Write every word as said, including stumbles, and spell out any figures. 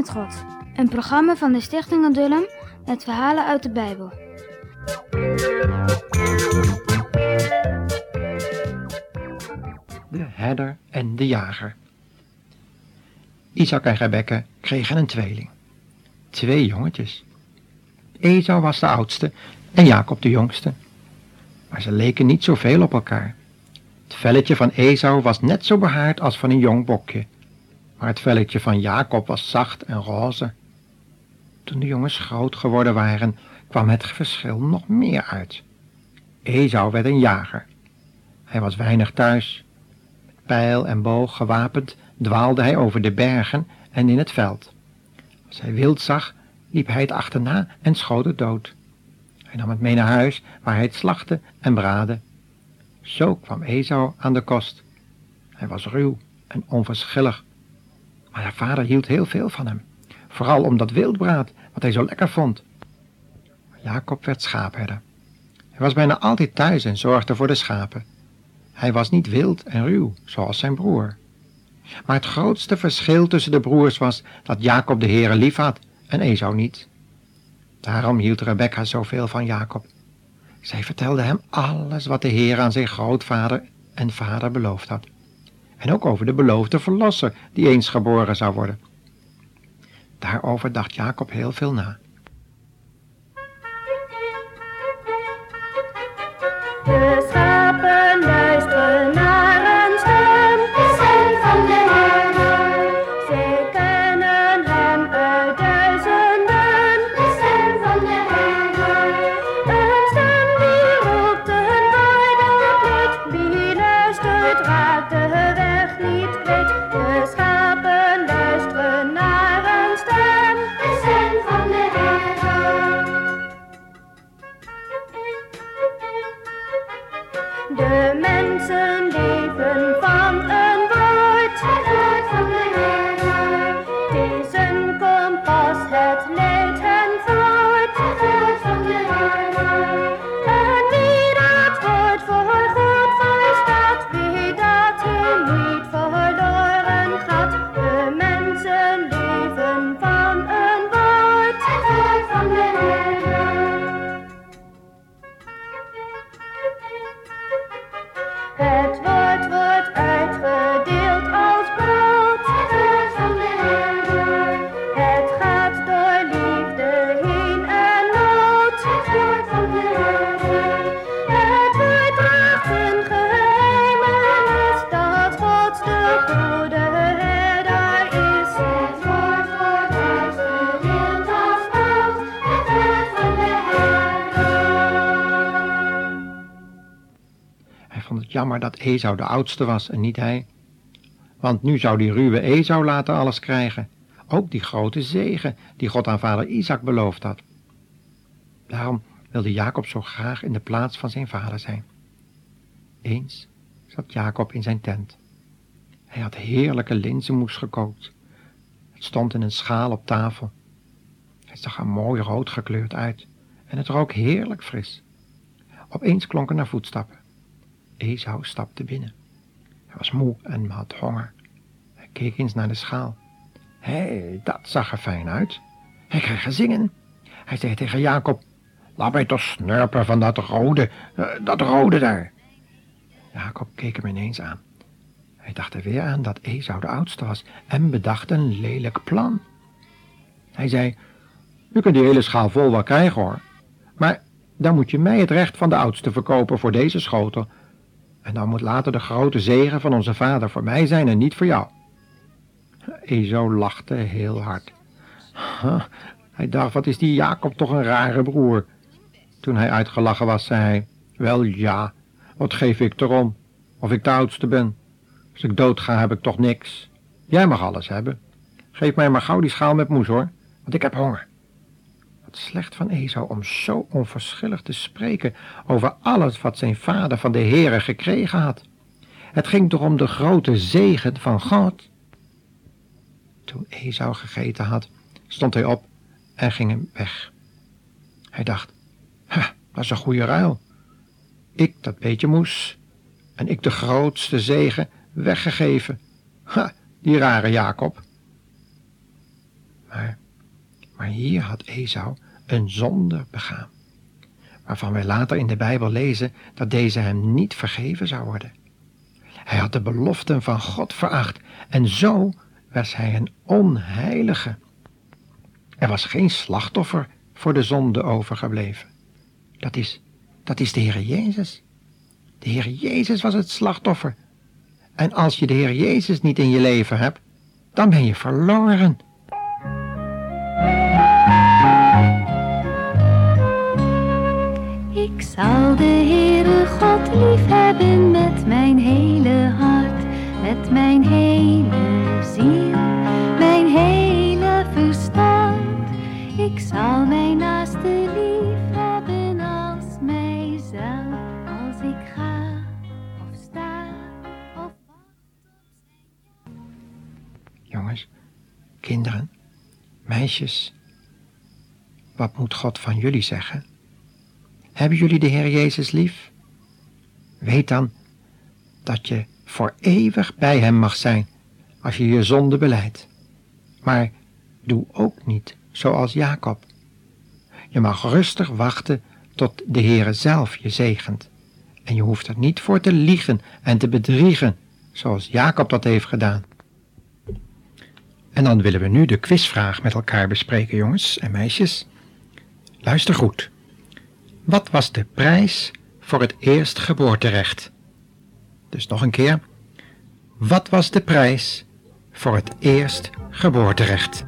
met God. Een programma van de Stichting Adullam met verhalen uit de Bijbel. De herder en de jager. Isaac en Rebekka kregen een tweeling. Twee jongetjes. Esau was de oudste en Jacob de jongste. Maar ze leken niet zoveel op elkaar. Het velletje van Esau was net zo behaard als van een jong bokje. Maar het velletje van Jacob was zacht en roze. Toen de jongens groot geworden waren, kwam het verschil nog meer uit. Esau werd een jager. Hij was weinig thuis. Met pijl en boog gewapend dwaalde hij over de bergen en in het veld. Als hij wild zag, liep hij het achterna en schoot het dood. Hij nam het mee naar huis, waar hij het slachtte en braadde. Zo kwam Esau aan de kost. Hij was ruw en onverschillig. Maar haar vader hield heel veel van hem. Vooral om dat wildbraad, wat hij zo lekker vond. Jacob werd schaapherder. Hij was bijna altijd thuis en zorgde voor de schapen. Hij was niet wild en ruw, zoals zijn broer. Maar het grootste verschil tussen de broers was dat Jacob de Heere lief had en Esau niet. Daarom hield Rebekka zoveel van Jacob. Zij vertelde hem alles wat de Heer aan zijn grootvader en vader beloofd had. En ook over de beloofde verlosser die eens geboren zou worden. Daarover dacht Jacob heel veel na. De schapen luisteren naar een stem, de stem van de Heer. Zij kennen hem uit duizenden, de stem van de Heer. Een stem die roept hun bij de plek, wie luistert raakt de weg niet kwijt. De schapen luisteren naar een stem, de stem van de Heer. De mensen leven van een woord, het woord van de Heer. Het is een kompas, het leidt hen voort, het woord van de Heer. En wie dat woord voor goed verstaat, weet dat hij niet verloren gaat. De mensen leven van een woord, het woord van de Heer. Het woord wordt uitgedeeld als brood, het woord van de Heer. Het gaat door liefde heen en nood, het woord van de Heer. Het woord draagt een geheimenis, dat God de goede herder is. Het woord wordt uitgedeeld als brood, het woord van de Heer. Hij vond het jammer dat Esau de oudste was en niet hij. Want nu zou die ruwe Esau later alles krijgen. Ook die grote zegen die God aan vader Isaac beloofd had. Daarom wilde Jacob zo graag in de plaats van zijn vader zijn. Eens zat Jacob in zijn tent. Hij had heerlijke linzenmoes gekookt. Het stond in een schaal op tafel. Het zag er mooi rood gekleurd uit en het rook heerlijk fris. Opeens klonken er voetstappen. Esau stapte binnen. Hij was moe en had honger. Hij keek eens naar de schaal. Hé, hey, dat zag er fijn uit. Hij kreeg er zingen. Hij zei tegen Jacob, laat mij toch snurpen van dat rode, uh, dat rode daar. Jacob keek hem ineens aan. Hij dacht er weer aan dat Esau de oudste was en bedacht een lelijk plan. Hij zei, u kunt die hele schaal vol wel krijgen hoor, maar dan moet je mij het recht van de oudste verkopen voor deze schotel. En dan moet later de grote zegen van onze vader voor mij zijn en niet voor jou. Esau lachte heel hard. Huh, hij dacht, wat is die Jacob toch een rare broer. Toen hij uitgelachen was, zei hij, wel ja, wat geef ik erom, of ik de oudste ben. Als ik dood ga, heb ik toch niks. Jij mag alles hebben. Geef mij maar gauw die schaal met moes hoor, want ik heb honger. Wat slecht van Esau om zo onverschillig te spreken over alles wat zijn vader van de Heere gekregen had. Het ging toch om de grote zegen van God. Toen Esau gegeten had, stond hij op en ging hem weg. Hij dacht, ha, dat is een goede ruil. Ik dat beetje moes en ik de grootste zegen weggegeven. Ha, die rare Jacob. Maar, maar hier had Esau een zonde begaan, waarvan wij later in de Bijbel lezen dat deze hem niet vergeven zou worden. Hij had de beloften van God veracht en zo was hij een onheilige. Er was geen slachtoffer voor de zonde overgebleven. Dat is, dat is de Heer Jezus. De Heer Jezus was het slachtoffer. En als je de Heer Jezus niet in je leven hebt, dan ben je verloren. Ik zal de Heere God liefhebben met mijn hele hart, met mijn hele ziel, mijn hele verstand. Ik zal mijn naaste liefhebben als mijzelf, als ik ga of sta of wacht. Jongens, kinderen, meisjes, wat moet God van jullie zeggen? Hebben jullie de Heer Jezus lief? Weet dan dat je voor eeuwig bij hem mag zijn als je je zonde belijdt. Maar doe ook niet zoals Jacob. Je mag rustig wachten tot de Heere zelf je zegent. En je hoeft er niet voor te liegen en te bedriegen, zoals Jacob dat heeft gedaan. En dan willen we nu de quizvraag met elkaar bespreken, jongens en meisjes. Luister goed. Wat was de prijs voor het eerstgeboorterecht? Dus nog een keer. Wat was de prijs voor het eerstgeboorterecht?